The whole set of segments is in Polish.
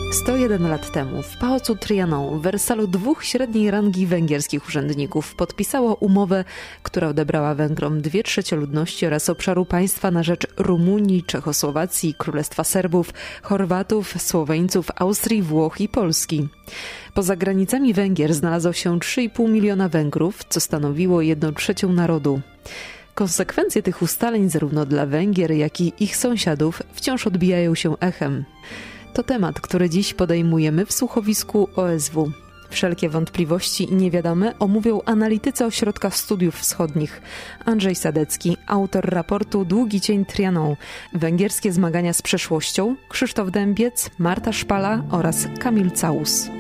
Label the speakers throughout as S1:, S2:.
S1: 101 lat temu w Pałacu Trianon w Wersalu dwóch średniej rangi węgierskich urzędników podpisało umowę, która odebrała Węgrom 2/3 ludności oraz obszaru państwa na rzecz Rumunii, Czechosłowacji, Królestwa Serbów, Chorwatów, Słoweńców, Austrii, Włoch i Polski. Poza granicami Węgier znalazło się 3,5 miliona Węgrów, co stanowiło 1/3 narodu. Konsekwencje tych ustaleń zarówno dla Węgier, jak i ich sąsiadów wciąż odbijają się echem. To temat, który dziś podejmujemy w słuchowisku OSW. Wszelkie wątpliwości i niewiadome omówią analitycy Ośrodka Studiów Wschodnich. Andrzej Sadecki, autor raportu Długi cień Trianon, węgierskie zmagania z przeszłością, Krzysztof Dębiec, Marta Szpala oraz Kamil Całus.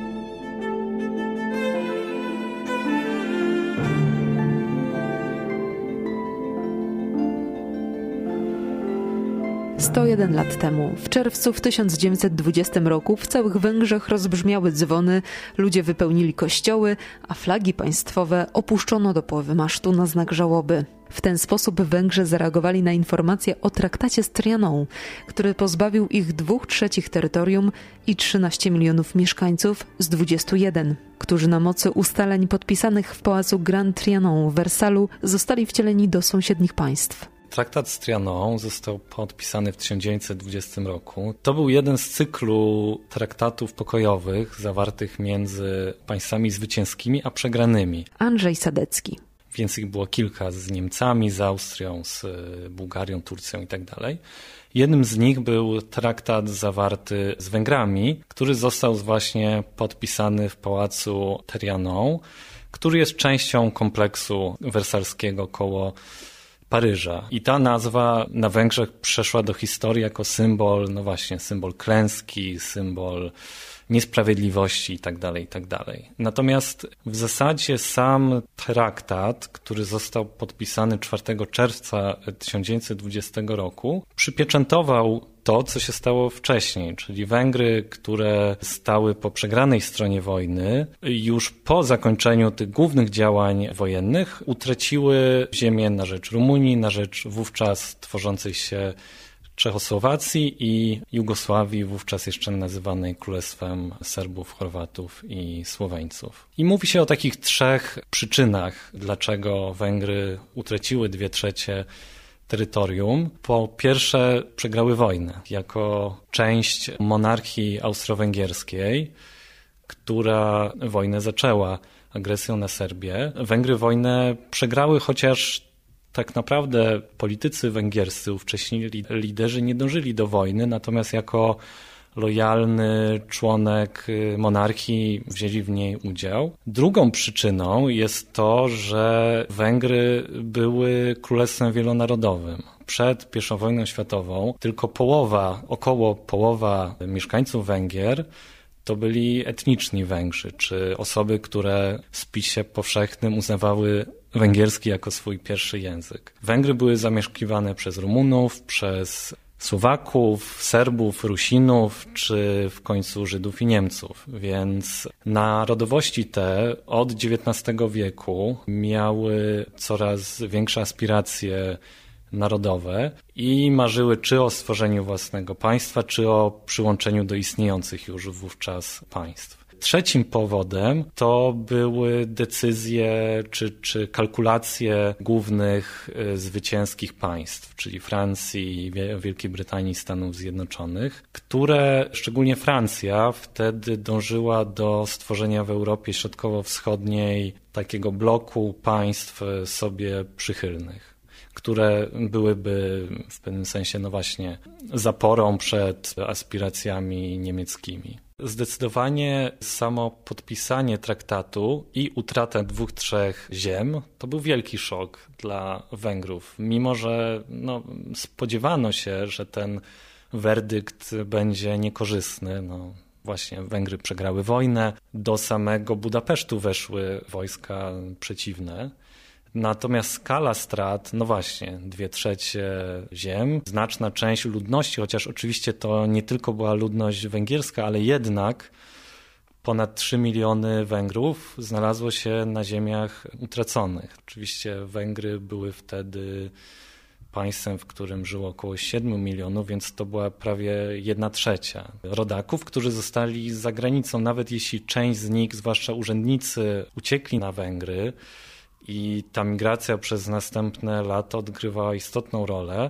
S1: Sto 101 lat temu, w czerwcu w 1920 roku w całych Węgrzech rozbrzmiały dzwony, ludzie wypełnili kościoły, a flagi państwowe opuszczono do połowy masztu na znak żałoby. W ten sposób Węgrzy zareagowali na informację o traktacie z Trianon, który pozbawił ich 2/3 terytorium i 13 milionów mieszkańców z 21, którzy na mocy ustaleń podpisanych w pałacu Grand Trianon w Wersalu zostali wcieleni do sąsiednich państw.
S2: Traktat z Trianon został podpisany w 1920 roku. To był jeden z cyklu traktatów pokojowych zawartych między państwami zwycięskimi a przegranymi.
S1: Andrzej Sadecki.
S2: Więc ich było kilka z Niemcami, z Austrią, z Bułgarią, Turcją itd. Jednym z nich był traktat zawarty z Węgrami, który został właśnie podpisany w pałacu Trianon, który jest częścią kompleksu wersalskiego koło Paryża. I ta nazwa na Węgrzech przeszła do historii jako symbol, no właśnie, symbol klęski, symbol niesprawiedliwości itd., itd. Natomiast w zasadzie sam traktat, który został podpisany 4 czerwca 1920 roku, przypieczętował to, co się stało wcześniej, czyli Węgry, które stały po przegranej stronie wojny, już po zakończeniu tych głównych działań wojennych utraciły ziemię na rzecz Rumunii, na rzecz wówczas tworzącej się Czechosłowacji i Jugosławii, wówczas jeszcze nazywanej Królestwem Serbów, Chorwatów i Słoweńców. I mówi się o takich 3 przyczynach, dlaczego Węgry utraciły 2/3 terytorium. Po pierwsze, przegrały wojnę jako część monarchii austro-węgierskiej, która wojnę zaczęła agresją na Serbię. Węgry wojnę przegrały, chociaż tak naprawdę politycy węgierscy, ówcześni liderzy nie dążyli do wojny, natomiast jako lojalny członek monarchii wzięli w niej udział. Drugą przyczyną jest to, że Węgry były królestwem wielonarodowym. Przed I wojną światową tylko około połowa mieszkańców Węgier to byli etniczni Węgrzy, czy osoby, które w spisie powszechnym uznawały węgierski jako swój pierwszy język. Węgry były zamieszkiwane przez Rumunów, przez Słowaków, Serbów, Rusinów, czy w końcu Żydów i Niemców. Więc narodowości te od XIX wieku miały coraz większe aspiracje narodowe i marzyły czy o stworzeniu własnego państwa, czy o przyłączeniu do istniejących już wówczas państw. Trzecim powodem to były decyzje czy kalkulacje głównych zwycięskich państw, czyli Francji, Wielkiej Brytanii, Stanów Zjednoczonych, które, szczególnie Francja, wtedy dążyła do stworzenia w Europie Środkowo-Wschodniej takiego bloku państw sobie przychylnych, które byłyby w pewnym sensie, no właśnie, zaporą przed aspiracjami niemieckimi. Zdecydowanie samo podpisanie traktatu i utrata 2/3 ziem to był wielki szok dla Węgrów, mimo że spodziewano się, że ten werdykt będzie niekorzystny. Właśnie Węgry przegrały wojnę, do samego Budapesztu weszły wojska przeciwne. Natomiast skala strat, 2/3 ziem, znaczna część ludności, chociaż oczywiście to nie tylko była ludność węgierska, ale jednak ponad 3 miliony Węgrów znalazło się na ziemiach utraconych. Oczywiście Węgry były wtedy państwem, w którym żyło około 7 milionów, więc to była prawie 1/3 rodaków, którzy zostali za granicą. Nawet jeśli część z nich, zwłaszcza urzędnicy, uciekli na Węgry i ta migracja przez następne lata odgrywała istotną rolę,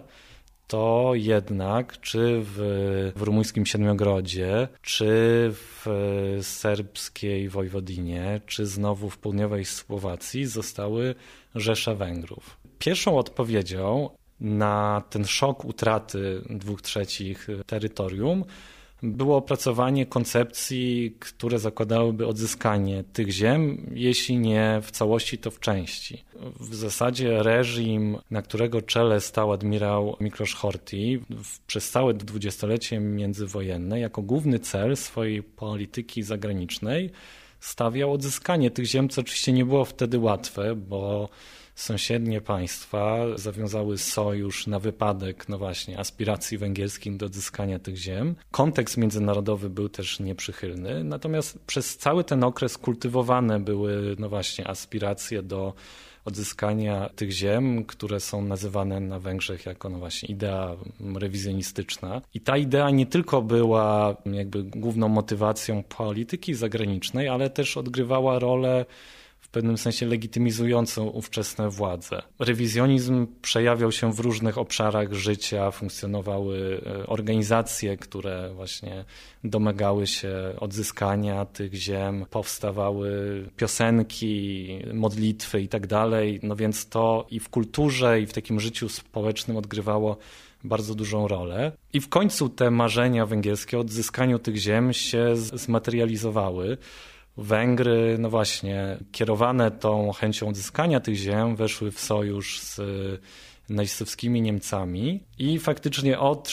S2: to jednak czy w rumuńskim Siedmiogrodzie, czy w serbskiej Wojwodinie, czy znowu w południowej Słowacji zostały rzesze Węgrów. Pierwszą odpowiedzią na ten szok utraty 2/3 terytorium było opracowanie koncepcji, które zakładałyby odzyskanie tych ziem, jeśli nie w całości, to w części. W zasadzie reżim, na którego czele stał admirał Miklosz Horthy przez całe dwudziestolecie międzywojenne, jako główny cel swojej polityki zagranicznej stawiał odzyskanie tych ziem, co oczywiście nie było wtedy łatwe, bo sąsiednie państwa zawiązały sojusz na wypadek, aspiracji węgierskich do odzyskania tych ziem. Kontekst międzynarodowy był też nieprzychylny, natomiast przez cały ten okres kultywowane były, aspiracje do odzyskania tych ziem, które są nazywane na Węgrzech jako idea rewizjonistyczna. I ta idea nie tylko była główną motywacją polityki zagranicznej, ale też odgrywała rolę w pewnym sensie legitymizującą ówczesne władze. Rewizjonizm przejawiał się w różnych obszarach życia, funkcjonowały organizacje, które właśnie domagały się odzyskania tych ziem, powstawały piosenki, modlitwy i tak dalej, więc to i w kulturze, i w takim życiu społecznym odgrywało bardzo dużą rolę. I w końcu te marzenia węgierskie o odzyskaniu tych ziem się zmaterializowały. Węgry, kierowane tą chęcią odzyskania tych ziem, weszły w sojusz z nazistowskimi Niemcami i faktycznie od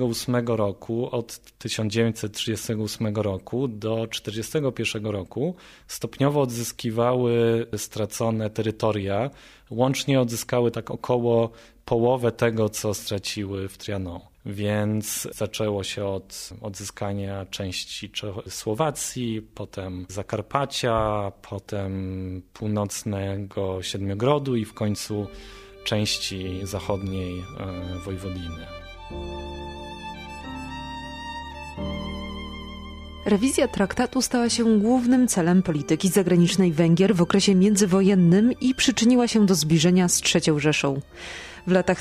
S2: 1938 roku do 1941 roku stopniowo odzyskiwały stracone terytoria. Łącznie odzyskały tak około połowę tego, co straciły w Trianon. Więc zaczęło się od odzyskania części Słowacji, potem Zakarpacia, potem północnego Siedmiogrodu i w końcu części zachodniej Wojwodiny.
S1: Rewizja traktatu stała się głównym celem polityki zagranicznej Węgier w okresie międzywojennym i przyczyniła się do zbliżenia z III Rzeszą. W latach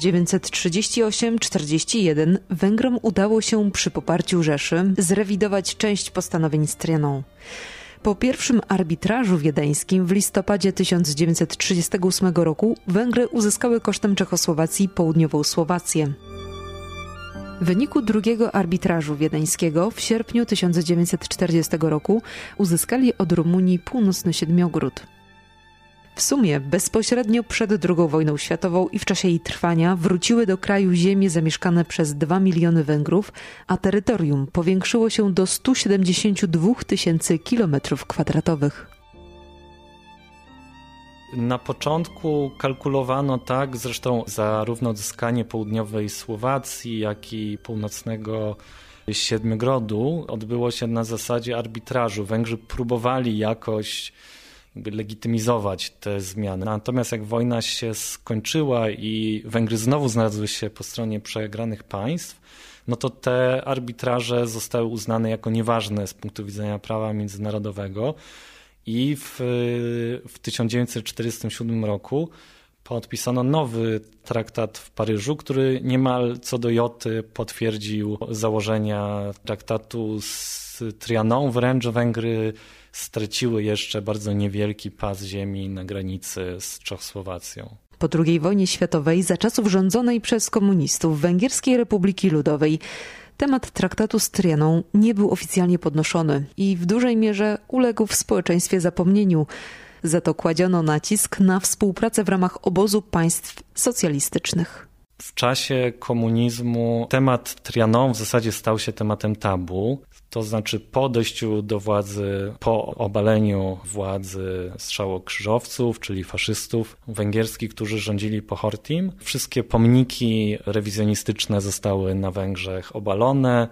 S1: 1938-41 Węgrom udało się przy poparciu Rzeszy zrewidować część postanowień z Trianon. Po pierwszym arbitrażu wiedeńskim w listopadzie 1938 roku Węgry uzyskały kosztem Czechosłowacji południową Słowację. W wyniku drugiego arbitrażu wiedeńskiego w sierpniu 1940 roku uzyskali od Rumunii północny Siedmiogród. W sumie bezpośrednio przed II wojną światową i w czasie jej trwania wróciły do kraju ziemie zamieszkane przez 2 miliony Węgrów, a terytorium powiększyło się do 172 000 km².
S2: Na początku kalkulowano tak, zresztą zarówno odzyskanie południowej Słowacji, jak i północnego Siedmiogrodu odbyło się na zasadzie arbitrażu. Węgrzy próbowali jakoś legitymizować te zmiany. Natomiast jak wojna się skończyła i Węgry znowu znalazły się po stronie przegranych państw, to te arbitraże zostały uznane jako nieważne z punktu widzenia prawa międzynarodowego i w 1947 roku podpisano nowy traktat w Paryżu, który niemal co do joty potwierdził założenia traktatu z Trianon. Wręcz Węgry straciły jeszcze bardzo niewielki pas ziemi na granicy z Czechosłowacją.
S1: Po II wojnie światowej, za czasów rządzonej przez komunistów Węgierskiej Republiki Ludowej, temat traktatu z Trianon nie był oficjalnie podnoszony i w dużej mierze uległ w społeczeństwie zapomnieniu. Za to kładziono nacisk na współpracę w ramach obozu państw socjalistycznych.
S2: W czasie komunizmu temat Trianon w zasadzie stał się tematem tabu. To znaczy po dojściu do władzy, po obaleniu władzy strzałokrzyżowców, czyli faszystów węgierskich, którzy rządzili po Horthym, wszystkie pomniki rewizjonistyczne zostały na Węgrzech obalone.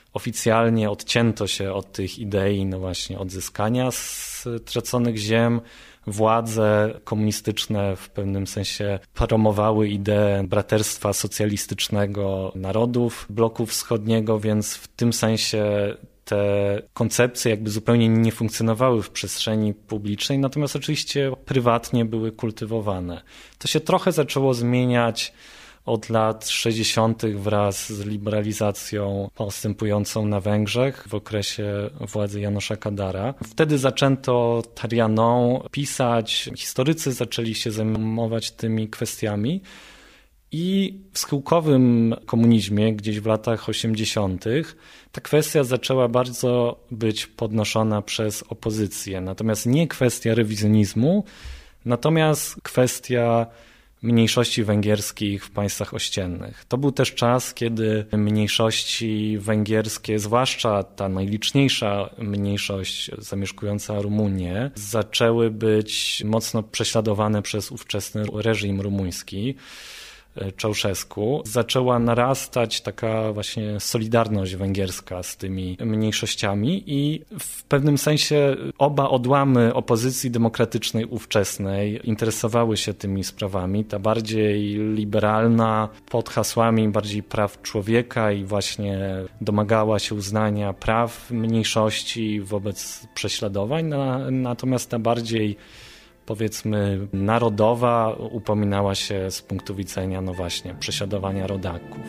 S2: oficjalnie odcięto się od tych idei, no właśnie, odzyskania straconych ziem. Władze komunistyczne w pewnym sensie promowały ideę braterstwa socjalistycznego narodów bloku wschodniego, więc w tym sensie te koncepcje jakby zupełnie nie funkcjonowały w przestrzeni publicznej, natomiast oczywiście prywatnie były kultywowane. To się trochę zaczęło zmieniać od lat 60. wraz z liberalizacją postępującą na Węgrzech w okresie władzy Janusza Kadara. Wtedy zaczęto Trianon pisać, historycy zaczęli się zajmować tymi kwestiami i w schyłkowym komunizmie, gdzieś w latach 80., ta kwestia zaczęła bardzo być podnoszona przez opozycję. Natomiast nie kwestia rewizjonizmu, natomiast kwestia mniejszości węgierskich w państwach ościennych. To był też czas, kiedy mniejszości węgierskie, zwłaszcza ta najliczniejsza mniejszość zamieszkująca Rumunię, zaczęły być mocno prześladowane przez ówczesny reżim rumuński. Ceausescu, zaczęła narastać taka właśnie solidarność węgierska z tymi mniejszościami i w pewnym sensie oba odłamy opozycji demokratycznej ówczesnej interesowały się tymi sprawami. Ta bardziej liberalna, pod hasłami bardziej praw człowieka i właśnie domagała się uznania praw mniejszości wobec prześladowań, natomiast ta bardziej, powiedzmy, narodowa upominała się z punktu widzenia, no właśnie, prześladowania rodaków.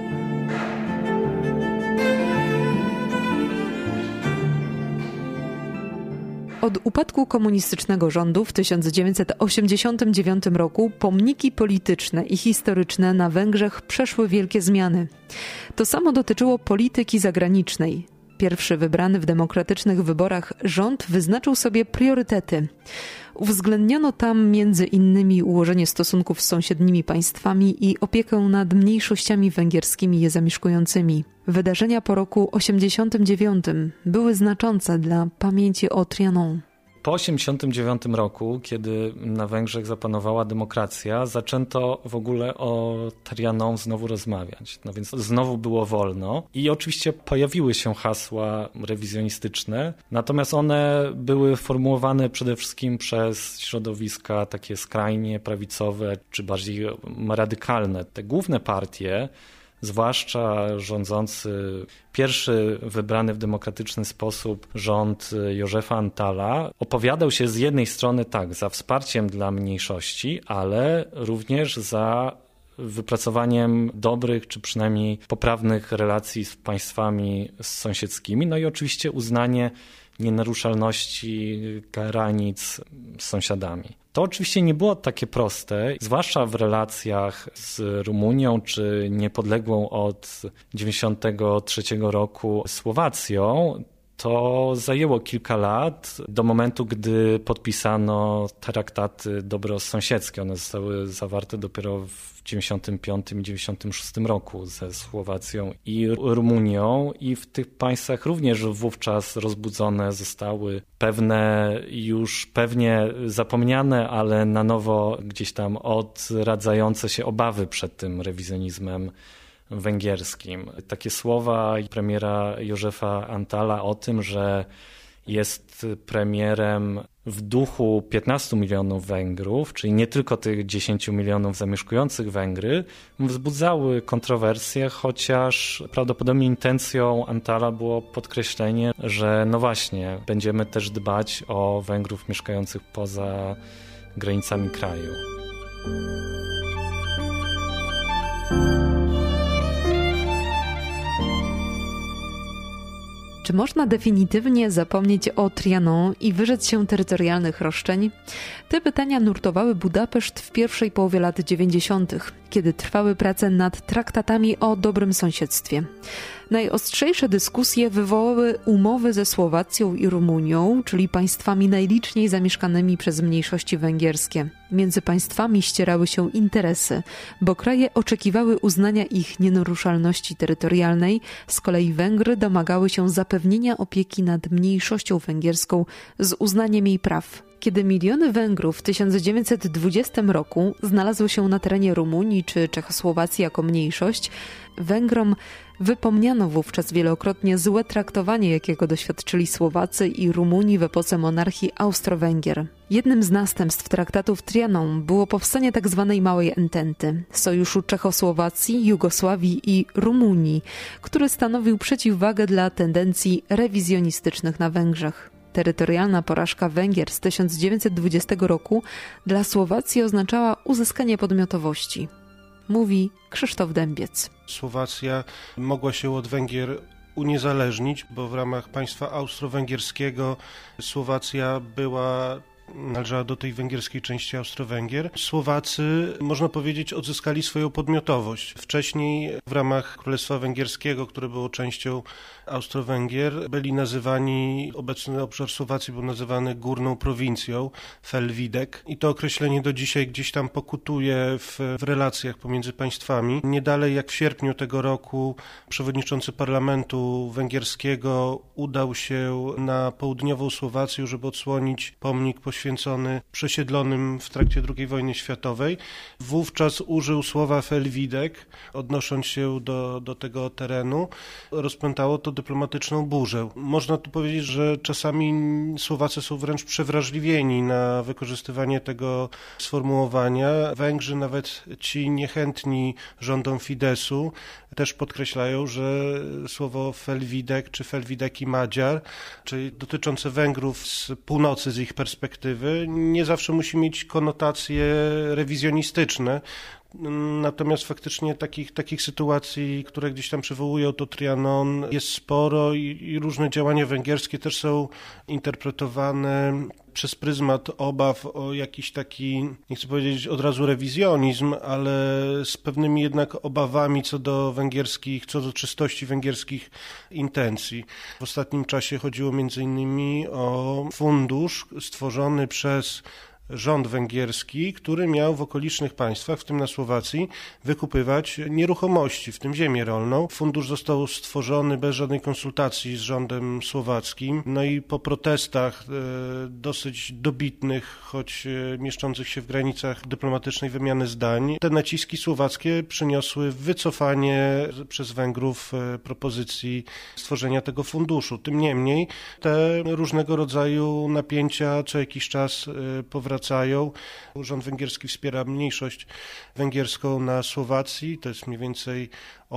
S1: Od upadku komunistycznego rządu w 1989 roku pomniki polityczne i historyczne na Węgrzech przeszły wielkie zmiany. To samo dotyczyło polityki zagranicznej. Pierwszy wybrany w demokratycznych wyborach rząd wyznaczył sobie priorytety. Uwzględniono tam między innymi ułożenie stosunków z sąsiednimi państwami i opiekę nad mniejszościami węgierskimi je zamieszkującymi. Wydarzenia po roku 1989 były znaczące dla pamięci o Trianon.
S2: Po 1989 roku, kiedy na Węgrzech zapanowała demokracja, zaczęto w ogóle o Trianon znowu rozmawiać. No więc znowu było wolno i oczywiście pojawiły się hasła rewizjonistyczne, natomiast one były formułowane przede wszystkim przez środowiska takie skrajnie prawicowe czy bardziej radykalne. Te główne partie, zwłaszcza rządzący, pierwszy wybrany w demokratyczny sposób rząd Józefa Antala, opowiadał się z jednej strony tak za wsparciem dla mniejszości, ale również za wypracowaniem dobrych czy przynajmniej poprawnych relacji z państwami sąsiedzkimi, no i oczywiście uznanie nienaruszalności granic z sąsiadami. To oczywiście nie było takie proste, zwłaszcza w relacjach z Rumunią czy niepodległą od 1993 roku Słowacją. To zajęło kilka lat do momentu, gdy podpisano traktaty dobrosąsiedzkie. One zostały zawarte dopiero w 1995 i 1996 roku ze Słowacją i Rumunią i w tych państwach również wówczas rozbudzone zostały pewne już pewnie zapomniane, ale na nowo gdzieś tam odradzające się obawy przed tym rewizjonizmem węgierskim. Takie słowa premiera Józefa Antala o tym, że jest premierem w duchu 15 milionów Węgrów, czyli nie tylko tych 10 milionów zamieszkujących Węgry, wzbudzały kontrowersje, chociaż prawdopodobnie intencją Antala było podkreślenie, że no właśnie, będziemy też dbać o Węgrów mieszkających poza granicami kraju.
S1: Czy można definitywnie zapomnieć o Trianon i wyrzec się terytorialnych roszczeń? Te pytania nurtowały Budapeszt w pierwszej połowie lat 90., kiedy trwały prace nad traktatami o dobrym sąsiedztwie. Najostrzejsze dyskusje wywołały umowy ze Słowacją i Rumunią, czyli państwami najliczniej zamieszkanymi przez mniejszości węgierskie. Między państwami ścierały się interesy, bo kraje oczekiwały uznania ich nienaruszalności terytorialnej, z kolei Węgry domagały się zapewnienia opieki nad mniejszością węgierską z uznaniem jej praw. Kiedy miliony Węgrów w 1920 roku znalazły się na terenie Rumunii czy Czechosłowacji jako mniejszość, Węgrom wypomniano wówczas wielokrotnie złe traktowanie, jakiego doświadczyli Słowacy i Rumuni w epoce monarchii Austro-Węgier. Jednym z następstw traktatów Trianon było powstanie tzw. Małej Ententy, sojuszu Czechosłowacji, Jugosławii i Rumunii, który stanowił przeciwwagę dla tendencji rewizjonistycznych na Węgrzech. Terytorialna porażka Węgier z 1920 roku dla Słowacji oznaczała uzyskanie podmiotowości. Mówi Krzysztof Dębiec.
S3: Słowacja mogła się od Węgier uniezależnić, bo w ramach państwa austro-węgierskiego Słowacja należała do tej węgierskiej części Austro-Węgier. Słowacy, można powiedzieć, odzyskali swoją podmiotowość. Wcześniej w ramach Królestwa Węgierskiego, które było częścią Austro-Węgier, byli nazywani, obecny obszar Słowacji był nazywany górną prowincją, Felvidek. I to określenie do dzisiaj gdzieś tam pokutuje w relacjach pomiędzy państwami. Nie dalej jak w sierpniu tego roku przewodniczący parlamentu węgierskiego udał się na południową Słowację, żeby odsłonić pomnik poświęcony przesiedlonym w trakcie II wojny światowej. Wówczas użył słowa Felvidek, odnosząc się do tego terenu. Rozpętało to dyplomatyczną burzę. Można tu powiedzieć, że czasami Słowacy są wręcz przewrażliwieni na wykorzystywanie tego sformułowania. Węgrzy, nawet ci niechętni rządom Fideszu, też podkreślają, że słowo Felvidek czy Felvideki Magyar, czyli dotyczące Węgrów z północy, z ich perspektywy, nie zawsze musi mieć konotacje rewizjonistyczne. Natomiast faktycznie takich sytuacji, które gdzieś tam przywołują to Trianon, jest sporo i różne działania węgierskie też są interpretowane przez pryzmat obaw o jakiś taki, nie chcę powiedzieć od razu rewizjonizm, ale z pewnymi jednak obawami co do czystości węgierskich intencji. W ostatnim czasie chodziło m.in. o fundusz stworzony przez rząd węgierski, który miał w okolicznych państwach, w tym na Słowacji, wykupywać nieruchomości, w tym ziemię rolną. Fundusz został stworzony bez żadnej konsultacji z rządem słowackim. No i po protestach dosyć dobitnych, choć mieszczących się w granicach dyplomatycznej wymiany zdań, te naciski słowackie przyniosły wycofanie przez Węgrów propozycji stworzenia tego funduszu. Tym niemniej te różnego rodzaju napięcia co jakiś czas powracają. Rząd węgierski wspiera mniejszość węgierską na Słowacji, to jest mniej więcej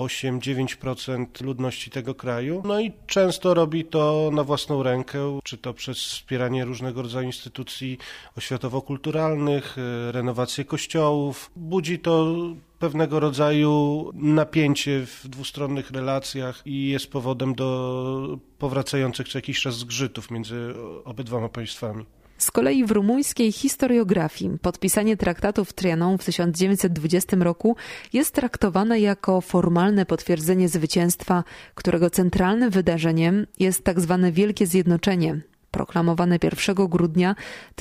S3: 8-9% ludności tego kraju. No i często robi to na własną rękę, czy to przez wspieranie różnego rodzaju instytucji oświatowo-kulturalnych, renowację kościołów. Budzi to pewnego rodzaju napięcie w dwustronnych relacjach i jest powodem do powracających co jakiś czas zgrzytów między obydwoma państwami.
S1: Z kolei w rumuńskiej historiografii podpisanie traktatów Trianon w 1920 roku jest traktowane jako formalne potwierdzenie zwycięstwa, którego centralnym wydarzeniem jest tzw. Wielkie Zjednoczenie, proklamowane 1 grudnia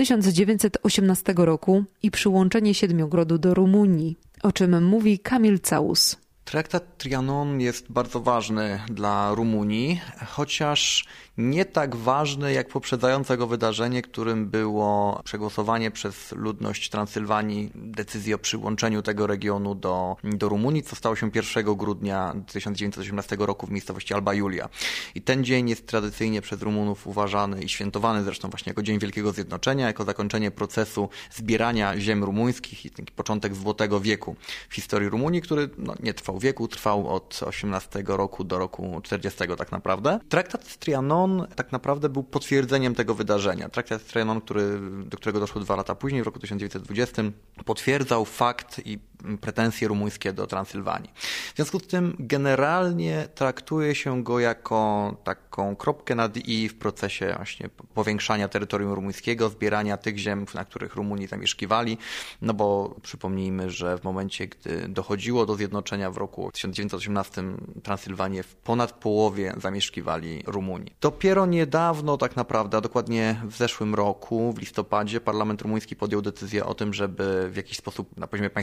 S1: 1918 roku i przyłączenie Siedmiogrodu do Rumunii, o czym mówi Kamil Całus.
S4: Traktat Trianon jest bardzo ważny dla Rumunii, chociaż nie tak ważny jak poprzedzające go wydarzenie, którym było przegłosowanie przez ludność Transylwanii decyzji o przyłączeniu tego regionu do Rumunii, co stało się 1 grudnia 1918 roku w miejscowości Alba Iulia. I ten dzień jest tradycyjnie przez Rumunów uważany i świętowany zresztą właśnie jako Dzień Wielkiego Zjednoczenia, jako zakończenie procesu zbierania ziem rumuńskich i taki początek Złotego Wieku w historii Rumunii, który nie trwał wieku, trwał od 18 roku do roku 40 tak naprawdę. Traktat Trianon tak naprawdę był potwierdzeniem tego wydarzenia. Traktat Trianon, do którego doszło 2 lata później, w roku 1920, potwierdzał fakt i pretensje rumuńskie do Transylwanii. W związku z tym generalnie traktuje się go jako taką kropkę nad i w procesie właśnie powiększania terytorium rumuńskiego, zbierania tych ziem, na których Rumuni zamieszkiwali, no bo przypomnijmy, że w momencie, gdy dochodziło do zjednoczenia w roku 1918 Transylwanię w ponad połowie zamieszkiwali Rumuni. Dopiero niedawno tak naprawdę, a dokładnie w zeszłym roku, w listopadzie, parlament rumuński podjął decyzję o tym, żeby w jakiś sposób na poziomie państwowym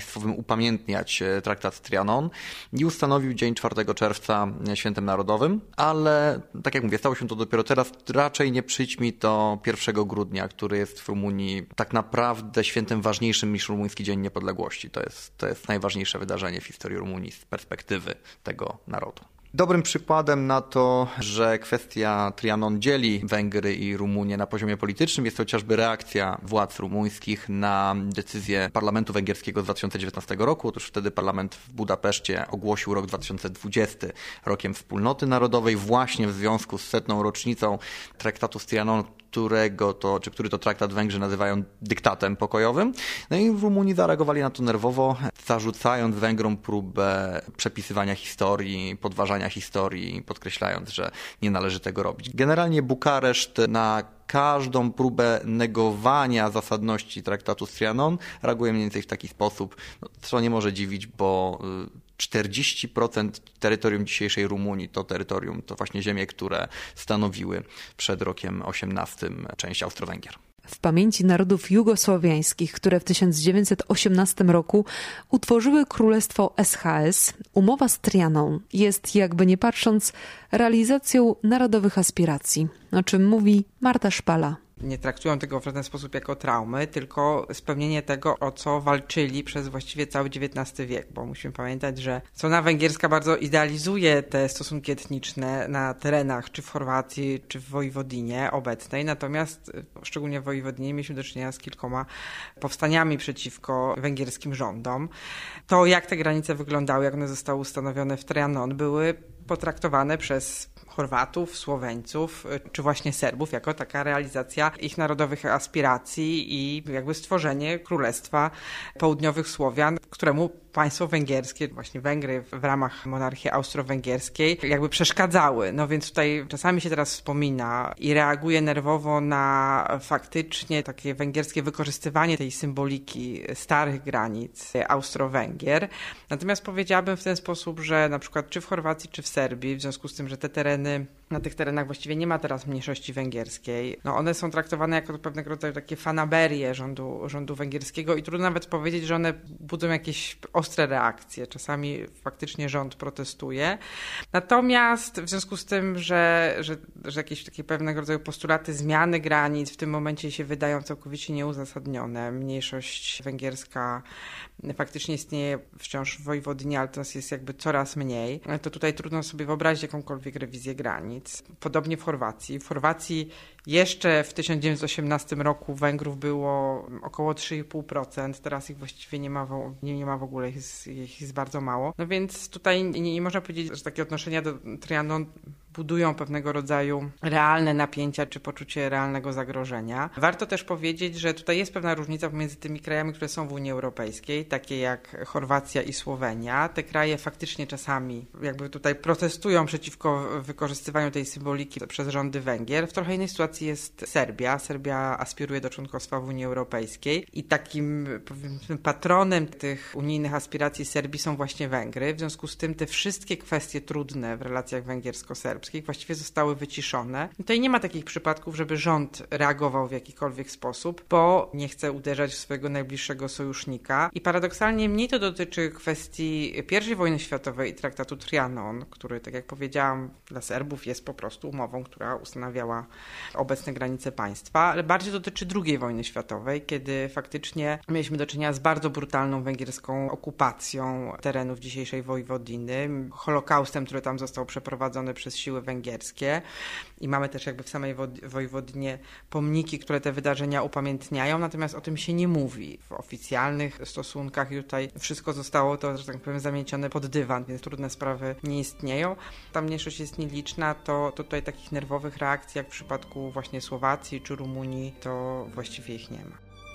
S4: upamiętniać traktat Trianon i ustanowił dzień 4 czerwca Świętem Narodowym, ale tak jak mówię, stało się to dopiero teraz. Raczej nie przyćmi to 1 grudnia, który jest w Rumunii tak naprawdę świętem ważniejszym niż rumuński Dzień Niepodległości. To jest najważniejsze wydarzenie w historii Rumunii z perspektywy tego narodu. Dobrym przykładem na to, że kwestia Trianon dzieli Węgry i Rumunię na poziomie politycznym jest chociażby reakcja władz rumuńskich na decyzję parlamentu węgierskiego z 2019 roku. Otóż wtedy parlament w Budapeszcie ogłosił rok 2020 rokiem Wspólnoty Narodowej właśnie w związku z 100. rocznicą traktatu z Trianon, który to traktat Węgrzy nazywają dyktatem pokojowym. No i w Rumunii zareagowali na to nerwowo, zarzucając Węgrom próbę przepisywania historii, podważania historii, podkreślając, że nie należy tego robić. Generalnie Bukareszt na każdą próbę negowania zasadności traktatu z Trianon reaguje mniej więcej w taki sposób, co nie może dziwić, bo 40% terytorium dzisiejszej Rumunii to właśnie ziemie, które stanowiły przed rokiem 18 część Austro-Węgier.
S1: W pamięci narodów jugosłowiańskich, które w 1918 roku utworzyły Królestwo SHS, umowa z Trianon jest, jakby nie patrząc, realizacją narodowych aspiracji, o czym mówi Marta Szpala.
S5: Nie traktują tego w żaden sposób jako traumy, tylko spełnienie tego, o co walczyli przez właściwie cały XIX wiek, bo musimy pamiętać, że strona węgierska bardzo idealizuje te stosunki etniczne na terenach, czy w Chorwacji, czy w Wojwodinie obecnej, natomiast szczególnie w Wojwodinie mieliśmy do czynienia z kilkoma powstaniami przeciwko węgierskim rządom. To, jak te granice wyglądały, jak one zostały ustanowione w Trianon, były potraktowane przez Chorwatów, Słoweńców, czy właśnie Serbów jako taka realizacja ich narodowych aspiracji i jakby stworzenie Królestwa Południowych Słowian, któremu państwo węgierskie, właśnie Węgry w ramach monarchii austro-węgierskiej jakby przeszkadzały. No więc tutaj czasami się teraz wspomina i reaguje nerwowo na faktycznie takie węgierskie wykorzystywanie tej symboliki starych granic Austro-Węgier. Natomiast powiedziałabym w ten sposób, że na przykład czy w Chorwacji, czy w Serbii, w związku z tym, że na tych terenach właściwie nie ma teraz mniejszości węgierskiej. No one są traktowane jako pewnego rodzaju takie fanaberie rządu węgierskiego i trudno nawet powiedzieć, że one budzą jakieś ostre reakcje. Czasami faktycznie rząd protestuje. Natomiast w związku z tym, że jakieś takie pewnego rodzaju postulaty zmiany granic w tym momencie się wydają całkowicie nieuzasadnione. Mniejszość węgierska faktycznie istnieje wciąż w Wojwodinie, ale to jest jakby coraz mniej. To tutaj trudno sobie wyobrazić jakąkolwiek rewizję granic. Podobnie w Chorwacji. W Chorwacji jeszcze w 1918 roku Węgrów było około 3,5%. Teraz ich właściwie nie ma w ogóle, ich jest bardzo mało. No więc tutaj nie można powiedzieć, że takie odnoszenia do Trianon budują pewnego rodzaju realne napięcia czy poczucie realnego zagrożenia. Warto też powiedzieć, że tutaj jest pewna różnica pomiędzy tymi krajami, które są w Unii Europejskiej, takie jak Chorwacja i Słowenia. Te kraje faktycznie czasami jakby tutaj protestują przeciwko wykorzystywaniu tej symboliki przez rządy Węgier. W trochę innej sytuacji jest Serbia. Serbia aspiruje do członkostwa w Unii Europejskiej i takim powiedzmy patronem tych unijnych aspiracji Serbii są właśnie Węgry. W związku z tym te wszystkie kwestie trudne w relacjach węgiersko-serbskich właściwie zostały wyciszone. I tutaj nie ma takich przypadków, żeby rząd reagował w jakikolwiek sposób, bo nie chce uderzać w swojego najbliższego sojusznika. I paradoksalnie mniej to dotyczy kwestii I wojny światowej i traktatu Trianon, który, tak jak powiedziałam, dla Serbów jest po prostu umową, która ustanawiała obecne granice państwa, ale bardziej dotyczy II wojny światowej, kiedy faktycznie mieliśmy do czynienia z bardzo brutalną węgierską okupacją terenów dzisiejszej Wojwodiny, Holokaustem, który tam został przeprowadzony przez siły węgierskie i mamy też jakby w samej Wojwodinie pomniki, które te wydarzenia upamiętniają, natomiast o tym się nie mówi w oficjalnych stosunkach i tutaj wszystko zostało to, że tak powiem, zamiecione pod dywan, więc trudne sprawy nie istnieją. Ta mniejszość jest nieliczna, to tutaj takich nerwowych reakcji jak w przypadku właśnie Słowacji czy Rumunii, to właściwie ich nie ma.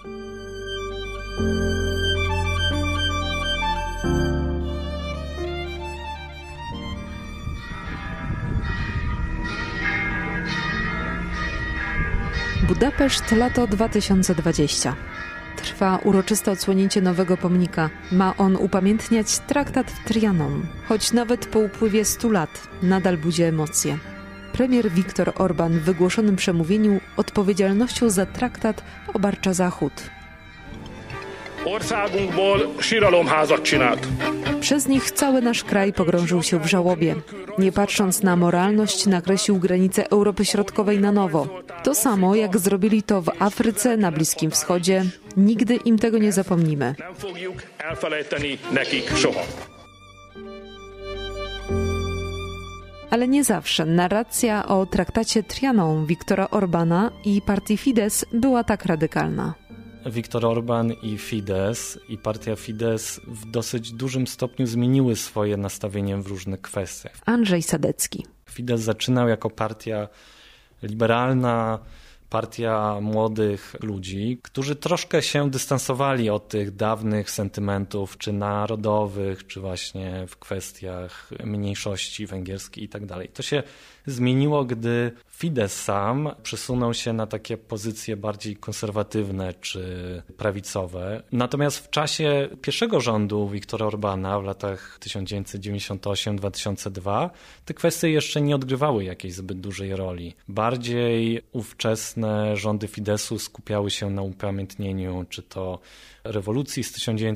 S1: Budapeszt, lato 2020. Trwa uroczyste odsłonięcie nowego pomnika. Ma on upamiętniać traktat w Trianon. Choć nawet po upływie 100 lat nadal budzi emocje. Premier Viktor Orban w wygłoszonym przemówieniu odpowiedzialnością za traktat obarcza Zachód.
S6: Országunkból síralomházat csinált.
S1: Przez nich cały nasz kraj pogrążył się w żałobie. Nie patrząc na moralność, nakreślił granice Europy Środkowej na nowo. To samo, jak zrobili to w Afryce, na Bliskim Wschodzie. Nigdy im tego nie zapomnimy.
S6: Nem fogjuk elfelejteni nekik soha.
S1: Ale nie zawsze narracja o traktacie Trianon Viktora Orbana i partii Fidesz była tak radykalna.
S2: Viktor Orban i Fidesz i partia Fidesz w dosyć dużym stopniu zmieniły swoje nastawienie w różnych kwestiach.
S1: Andrzej Sadecki.
S2: Fidesz zaczynał jako partia liberalna, partia młodych ludzi, którzy troszkę się dystansowali od tych dawnych sentymentów, czy narodowych, czy właśnie w kwestiach mniejszości węgierskiej i tak dalej. To się zmieniło, gdy Fidesz sam przesunął się na takie pozycje bardziej konserwatywne czy prawicowe. Natomiast w czasie pierwszego rządu Viktora Orbana w latach 1998-2002 te kwestie jeszcze nie odgrywały jakiejś zbyt dużej roli. Bardziej ówczesne rządy Fideszu skupiały się na upamiętnieniu czy to rewolucji z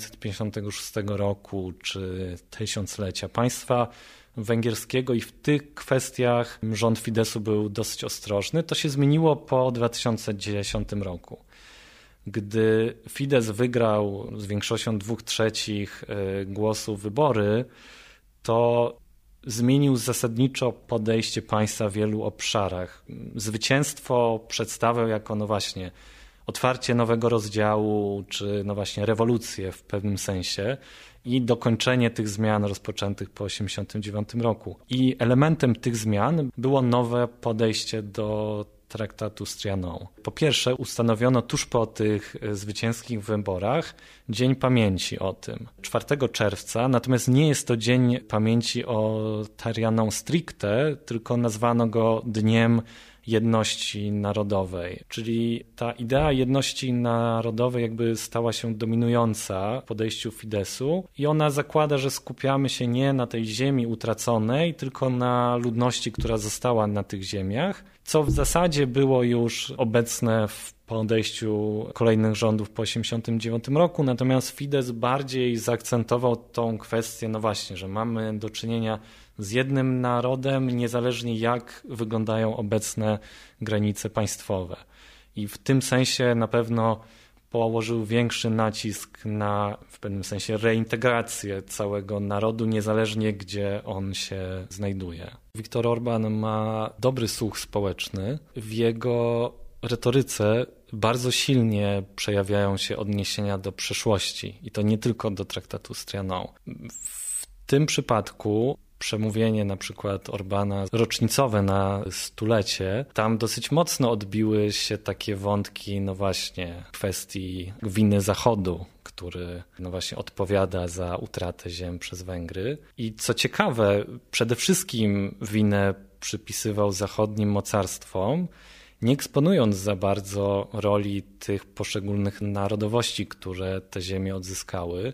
S2: 1956 roku, czy tysiąclecia państwa węgierskiego i w tych kwestiach rząd Fideszu był dosyć ostrożny. To się zmieniło po 2010 roku. Gdy Fidesz wygrał z większością 2/3 głosów wybory, to zmienił zasadniczo podejście państwa w wielu obszarach. Zwycięstwo przedstawiał jako właśnie otwarcie nowego rozdziału, czy właśnie rewolucję w pewnym sensie i dokończenie tych zmian rozpoczętych po 1989 roku. I elementem tych zmian było nowe podejście do traktatu z Trianon. Po pierwsze, ustanowiono tuż po tych zwycięskich wyborach Dzień Pamięci o tym. 4 czerwca, natomiast nie jest to Dzień Pamięci o Trianon stricte, tylko nazwano go Dniem Jedności Narodowej, czyli ta idea jedności narodowej jakby stała się dominująca w podejściu Fideszu i ona zakłada, że skupiamy się nie na tej ziemi utraconej, tylko na ludności, która została na tych ziemiach, co w zasadzie było już obecne w podejściu kolejnych rządów po 1989 roku, natomiast Fidesz bardziej zaakcentował tą kwestię, no właśnie, że mamy do czynienia z jednym narodem, niezależnie jak wyglądają obecne granice państwowe. I w tym sensie na pewno położył większy nacisk na w pewnym sensie reintegrację całego narodu, niezależnie gdzie on się znajduje. Viktor Orban ma dobry słuch społeczny. W jego retoryce bardzo silnie przejawiają się odniesienia do przeszłości i to nie tylko do traktatu z Trianon. W tym przypadku przemówienie na przykład Orbana rocznicowe na 100-lecie, tam dosyć mocno odbiły się takie wątki, no właśnie, kwestii winy Zachodu, który no właśnie odpowiada za utratę ziem przez Węgry. I co ciekawe, przede wszystkim winę przypisywał zachodnim mocarstwom, nie eksponując za bardzo roli tych poszczególnych narodowości, które te ziemie odzyskały,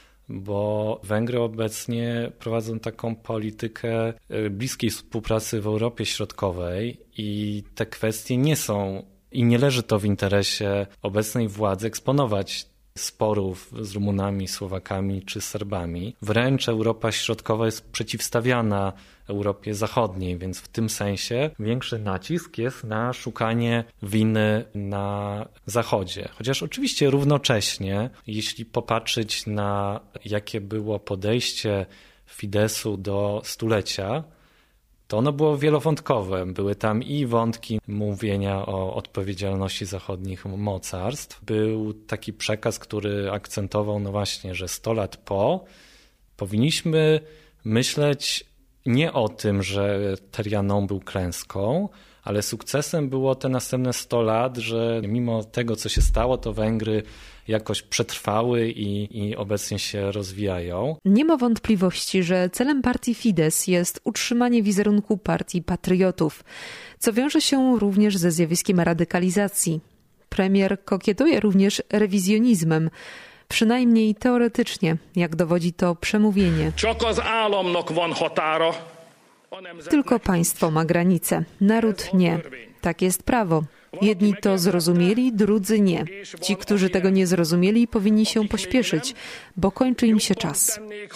S2: bo Węgry obecnie prowadzą taką politykę bliskiej współpracy w Europie Środkowej i te kwestie nie są i nie leży to w interesie obecnej władzy eksponować sporów z Rumunami, Słowakami czy Serbami. Wręcz Europa Środkowa jest przeciwstawiana Europie Zachodniej, więc w tym sensie większy nacisk jest na szukanie winy na Zachodzie. Chociaż oczywiście równocześnie, jeśli popatrzeć na jakie było podejście Fideszu do 100-lecia, to ono było wielowątkowe. Były tam i wątki mówienia o odpowiedzialności zachodnich mocarstw. Był taki przekaz, który akcentował, no właśnie, że 100 lat po powinniśmy myśleć nie o tym, że Trianon był klęską, ale sukcesem było te następne 100 lat, że mimo tego, co się stało, to Węgry jakoś przetrwały i obecnie się rozwijają.
S1: Nie ma wątpliwości, że celem partii Fidesz jest utrzymanie wizerunku partii patriotów, co wiąże się również ze zjawiskiem radykalizacji. Premier kokietuje również rewizjonizmem, przynajmniej teoretycznie, jak dowodzi to przemówienie. Tylko państwo ma granice, naród nie. Tak jest prawo. Jedni to zrozumieli, drudzy nie. Ci, którzy tego nie zrozumieli, powinni się pośpieszyć, bo kończy im się czas.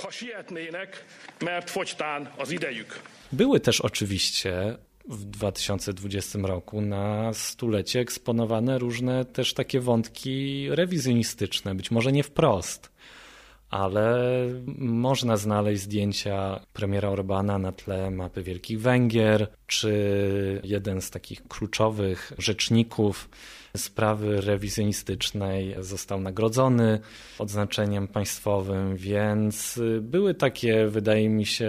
S2: Były też oczywiście w 2020 roku na stulecie eksponowane różne też takie wątki rewizjonistyczne, być może nie wprost, ale można znaleźć zdjęcia premiera Orbana na tle mapy Wielkich Węgier, czy jeden z takich kluczowych rzeczników sprawy rewizjonistycznej został nagrodzony odznaczeniem państwowym, więc były takie, wydaje mi się,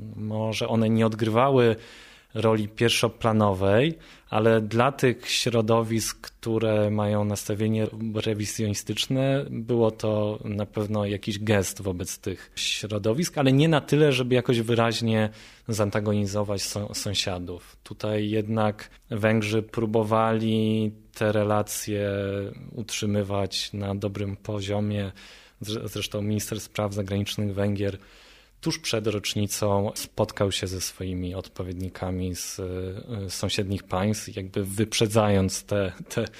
S2: może one nie odgrywały roli pierwszoplanowej, ale dla tych środowisk, które mają nastawienie rewizjonistyczne, było to na pewno jakiś gest wobec tych środowisk, ale nie na tyle, żeby jakoś wyraźnie zantagonizować sąsiadów. Tutaj jednak Węgrzy próbowali te relacje utrzymywać na dobrym poziomie. Zresztą minister spraw zagranicznych Węgier tuż przed rocznicą spotkał się ze swoimi odpowiednikami z sąsiednich państw, jakby wyprzedzając te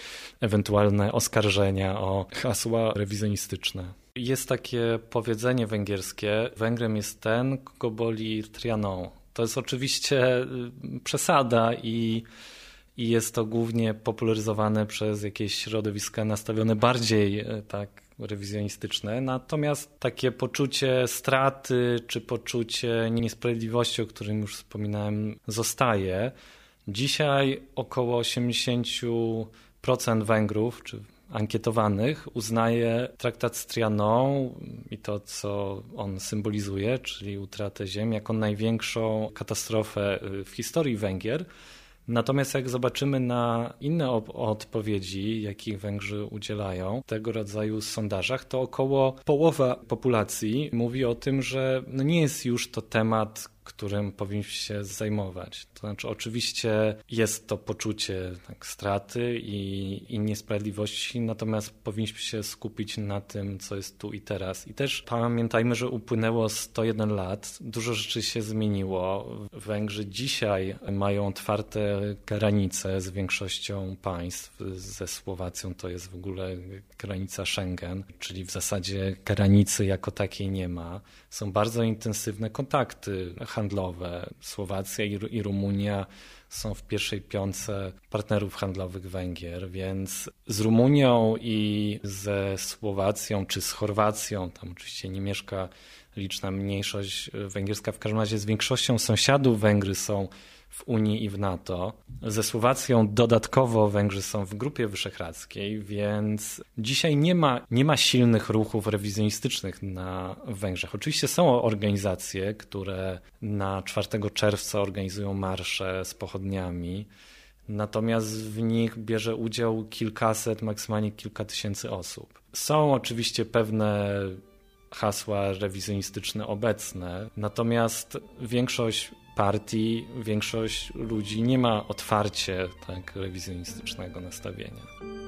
S2: ewentualne oskarżenia o hasła rewizjonistyczne. Jest takie powiedzenie węgierskie: Węgrem jest ten, kogo boli Trianon. To jest oczywiście przesada i jest to głównie popularyzowane przez jakieś środowiska nastawione bardziej tak rewizjonistyczne, natomiast takie poczucie straty czy poczucie niesprawiedliwości, o którym już wspominałem, zostaje. Dzisiaj około 80% Węgrów czy ankietowanych uznaje traktat z Trianon i to, co on symbolizuje, czyli utratę ziem, jako największą katastrofę w historii Węgier. Natomiast jak zobaczymy na inne odpowiedzi, jakich Węgrzy udzielają w tego rodzaju sondażach, to około połowa populacji mówi o tym, że nie jest już to temat, którym powinniśmy się zajmować. To znaczy oczywiście jest to poczucie straty i niesprawiedliwości, natomiast powinniśmy się skupić na tym, co jest tu i teraz. I też pamiętajmy, że upłynęło 101 lat, dużo rzeczy się zmieniło. Węgrzy dzisiaj mają otwarte granice z większością państw. Ze Słowacją to jest w ogóle granica Schengen, czyli w zasadzie granicy jako takiej nie ma. Są bardzo intensywne kontakty handlowe. Słowacja i Rumunia są w pierwszej piątce partnerów handlowych Węgier, więc z Rumunią i ze Słowacją czy z Chorwacją, tam oczywiście nie mieszka liczna mniejszość węgierska, w każdym razie z większością sąsiadów Węgry są w Unii i w NATO. Ze Słowacją dodatkowo Węgrzy są w Grupie Wyszehradzkiej, więc dzisiaj nie ma silnych ruchów rewizjonistycznych na Węgrzech. Oczywiście są organizacje, które na 4 czerwca organizują marsze z pochodniami, natomiast w nich bierze udział kilkaset, maksymalnie kilka tysięcy osób. Są oczywiście pewne hasła rewizjonistyczne obecne, natomiast większość partii, większość ludzi nie ma otwarcie tak rewizjonistycznego nastawienia.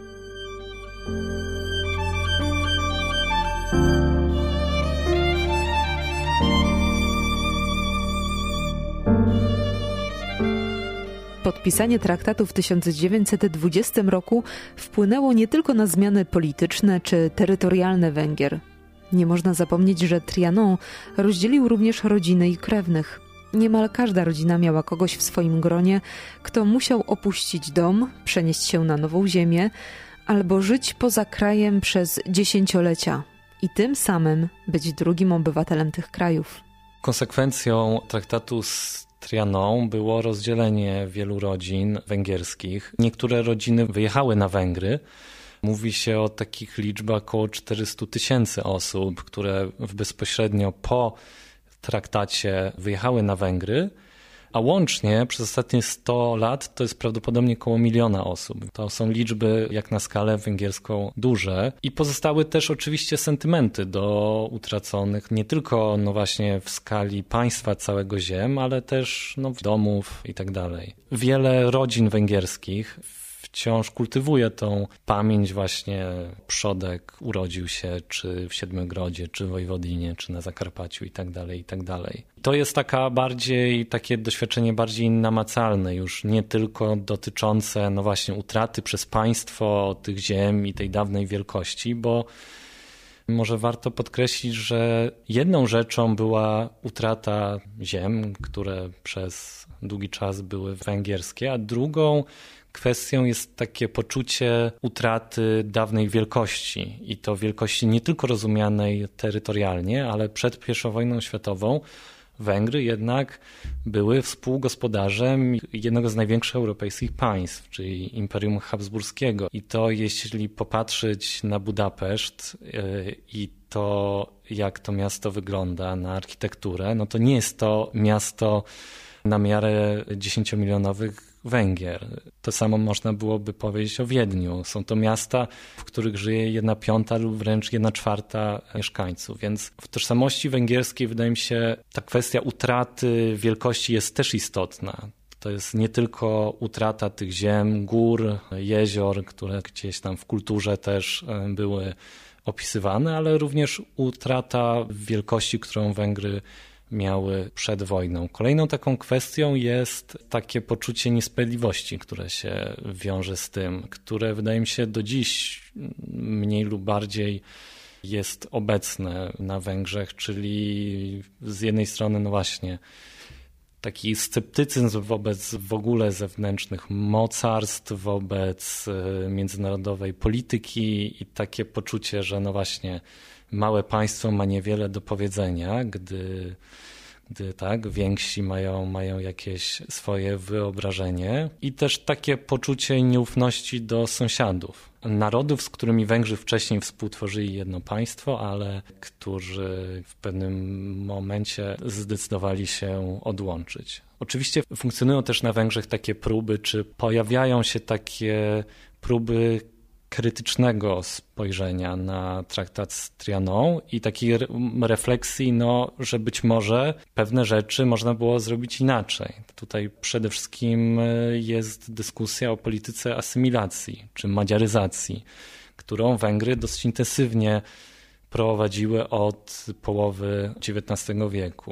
S1: Podpisanie traktatu w 1920 roku wpłynęło nie tylko na zmiany polityczne czy terytorialne Węgier. Nie można zapomnieć, że Trianon rozdzielił również rodziny i krewnych. Niemal każda rodzina miała kogoś w swoim gronie, kto musiał opuścić dom, przenieść się na nową ziemię albo żyć poza krajem przez dziesięciolecia i tym samym być drugim obywatelem tych krajów.
S2: Konsekwencją traktatu z Trianon było rozdzielenie wielu rodzin węgierskich. Niektóre rodziny wyjechały na Węgry. Mówi się o takich liczbach około 400 000 osób, które bezpośrednio po traktacie wyjechały na Węgry, a łącznie przez ostatnie 100 lat to jest prawdopodobnie około 1 miliona osób. To są liczby jak na skalę węgierską duże i pozostały też oczywiście sentymenty do utraconych, nie tylko właśnie w skali państwa całego ziem, ale też domów i tak dalej. Wiele rodzin węgierskich wciąż kultywuje tą pamięć właśnie przodek urodził się czy w Siedmiogrodzie, czy w Wojwodinie, czy na Zakarpaciu i tak dalej, i tak dalej. To jest takie doświadczenie bardziej namacalne, już nie tylko dotyczące no właśnie utraty przez państwo tych ziem i tej dawnej wielkości, bo może warto podkreślić, że jedną rzeczą była utrata ziem, które przez długi czas były węgierskie, a drugą kwestią jest takie poczucie utraty dawnej wielkości i to wielkości nie tylko rozumianej terytorialnie, ale przed I wojną światową Węgry jednak były współgospodarzem jednego z największych europejskich państw, czyli Imperium Habsburskiego. I to jeśli popatrzeć na Budapeszt i to, jak to miasto wygląda, na architekturę, no to nie jest to miasto na miarę 10-milionowych Węgier. To samo można byłoby powiedzieć o Wiedniu. Są to miasta, w których żyje 1/5 lub wręcz 1/4 mieszkańców. Więc w tożsamości węgierskiej wydaje mi się ta kwestia utraty wielkości jest też istotna. To jest nie tylko utrata tych ziem, gór, jezior, które gdzieś tam w kulturze też były opisywane, ale również utrata wielkości, którą Węgry miały przed wojną. Kolejną taką kwestią jest takie poczucie niesprawiedliwości, które się wiąże z tym, które wydaje mi się do dziś mniej lub bardziej jest obecne na Węgrzech, czyli z jednej strony no właśnie taki sceptycyzm wobec w ogóle zewnętrznych mocarstw, wobec międzynarodowej polityki i takie poczucie, że no właśnie małe państwo ma niewiele do powiedzenia, gdy tak, więksi mają jakieś swoje wyobrażenie i też takie poczucie nieufności do sąsiadów. Narodów, z którymi Węgrzy wcześniej współtworzyli jedno państwo, ale którzy w pewnym momencie zdecydowali się odłączyć. Oczywiście funkcjonują też na Węgrzech takie próby, czy pojawiają się takie próby krytycznego spojrzenia na traktat z Trianon i takiej refleksji, że być może pewne rzeczy można było zrobić inaczej. Tutaj przede wszystkim jest dyskusja o polityce asymilacji czy madziaryzacji, którą Węgry dosyć intensywnie prowadziły od połowy XIX wieku.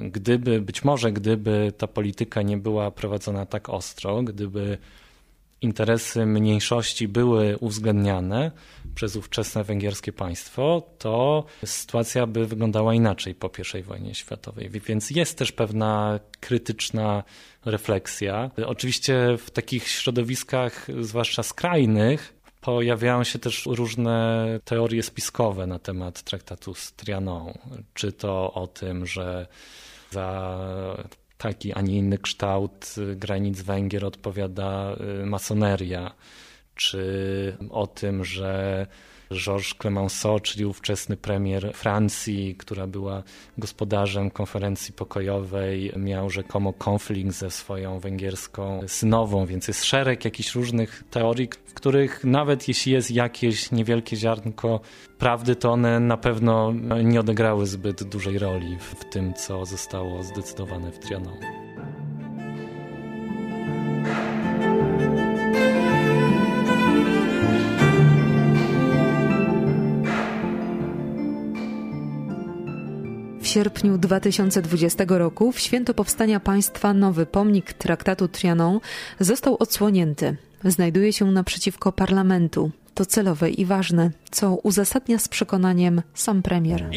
S2: Gdyby ta polityka nie była prowadzona tak ostro, gdyby interesy mniejszości były uwzględniane przez ówczesne węgierskie państwo, to sytuacja by wyglądała inaczej po I wojnie światowej. Więc jest też pewna krytyczna refleksja. Oczywiście w takich środowiskach, zwłaszcza skrajnych, pojawiają się też różne teorie spiskowe na temat traktatu z Trianon. Czy to o tym, że za taki, a nie inny kształt granic Węgier odpowiada masoneria, czy o tym, że Georges Clemenceau, czyli ówczesny premier Francji, która była gospodarzem konferencji pokojowej, miał rzekomo konflikt ze swoją węgierską synową, więc jest szereg jakichś różnych teorii, w których nawet jeśli jest jakieś niewielkie ziarnko prawdy, to one na pewno nie odegrały zbyt dużej roli w tym, co zostało zdecydowane w Trianon.
S1: W sierpniu 2020 roku w święto powstania państwa nowy pomnik traktatu Trianon został odsłonięty. Znajduje się naprzeciwko parlamentu. To celowe i ważne, co uzasadnia z przekonaniem sam premier.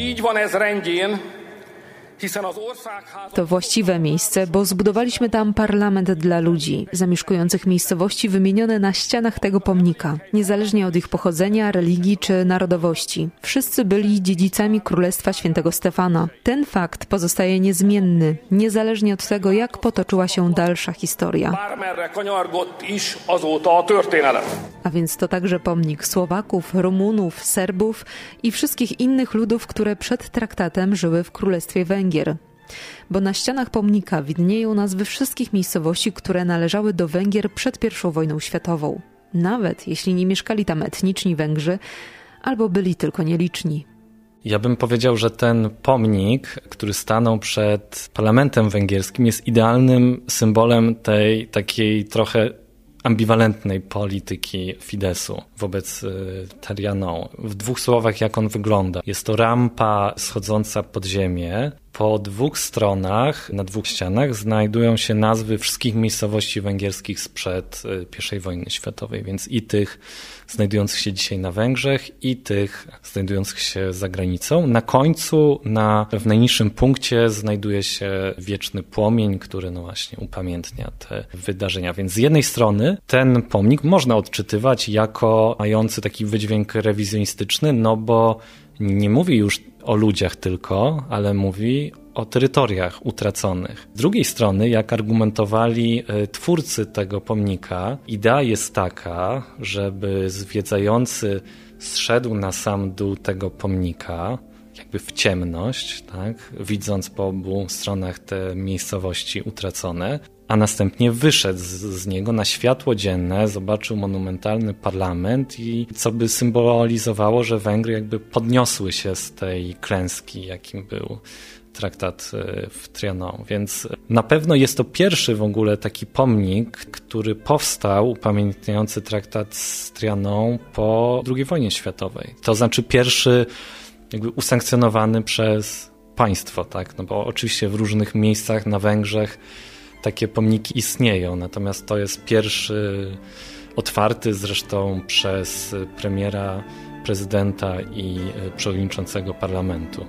S1: To właściwe miejsce, bo zbudowaliśmy tam parlament dla ludzi, zamieszkujących miejscowości wymienione na ścianach tego pomnika, niezależnie od ich pochodzenia, religii czy narodowości. Wszyscy byli dziedzicami Królestwa Świętego Stefana. Ten fakt pozostaje niezmienny, niezależnie od tego, jak potoczyła się dalsza historia. A więc to także pomnik Słowaków, Rumunów, Serbów i wszystkich innych ludów, które przed traktatem żyły w Królestwie Węgier. Bo na ścianach pomnika widnieją nazwy wszystkich miejscowości, które należały do Węgier przed I wojną światową. Nawet jeśli nie mieszkali tam etniczni Węgrzy, albo byli tylko nieliczni.
S2: Ja bym powiedział, że ten pomnik, który stanął przed parlamentem węgierskim, jest idealnym symbolem tej takiej trochę ambiwalentnej polityki Fidesu wobec Trianon. W 2 słowach, jak on wygląda. Jest to rampa schodząca pod ziemię. Po 2 stronach, na 2 ścianach znajdują się nazwy wszystkich miejscowości węgierskich sprzed I wojny światowej, więc i tych znajdujących się dzisiaj na Węgrzech, i tych znajdujących się za granicą. Na końcu, w najniższym punkcie znajduje się wieczny płomień, który właśnie upamiętnia te wydarzenia. Więc z jednej strony ten pomnik można odczytywać jako mający taki wydźwięk rewizjonistyczny, bo nie mówi już o ludziach tylko, ale mówi o terytoriach utraconych. Z drugiej strony, jak argumentowali twórcy tego pomnika, idea jest taka, żeby zwiedzający zszedł na sam dół tego pomnika, jakby w ciemność, tak, widząc po obu stronach te miejscowości utracone, a następnie wyszedł z niego na światło dzienne, zobaczył monumentalny parlament i co by symbolizowało, że Węgry jakby podniosły się z tej klęski, jakim był traktat w Trianon. Więc na pewno jest to pierwszy w ogóle taki pomnik, który powstał upamiętniający traktat z Trianon po II wojnie światowej. To znaczy pierwszy jakby usankcjonowany przez państwo, tak? Bo oczywiście w różnych miejscach na Węgrzech takie pomniki istnieją, natomiast to jest pierwszy otwarty zresztą przez premiera, prezydenta i przewodniczącego parlamentu.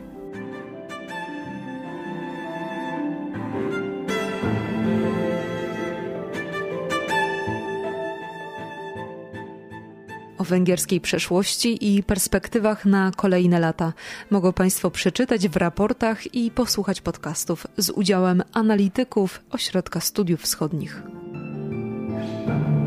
S1: O węgierskiej przeszłości i perspektywach na kolejne lata mogą Państwo przeczytać w raportach i posłuchać podcastów z udziałem analityków Ośrodka Studiów Wschodnich.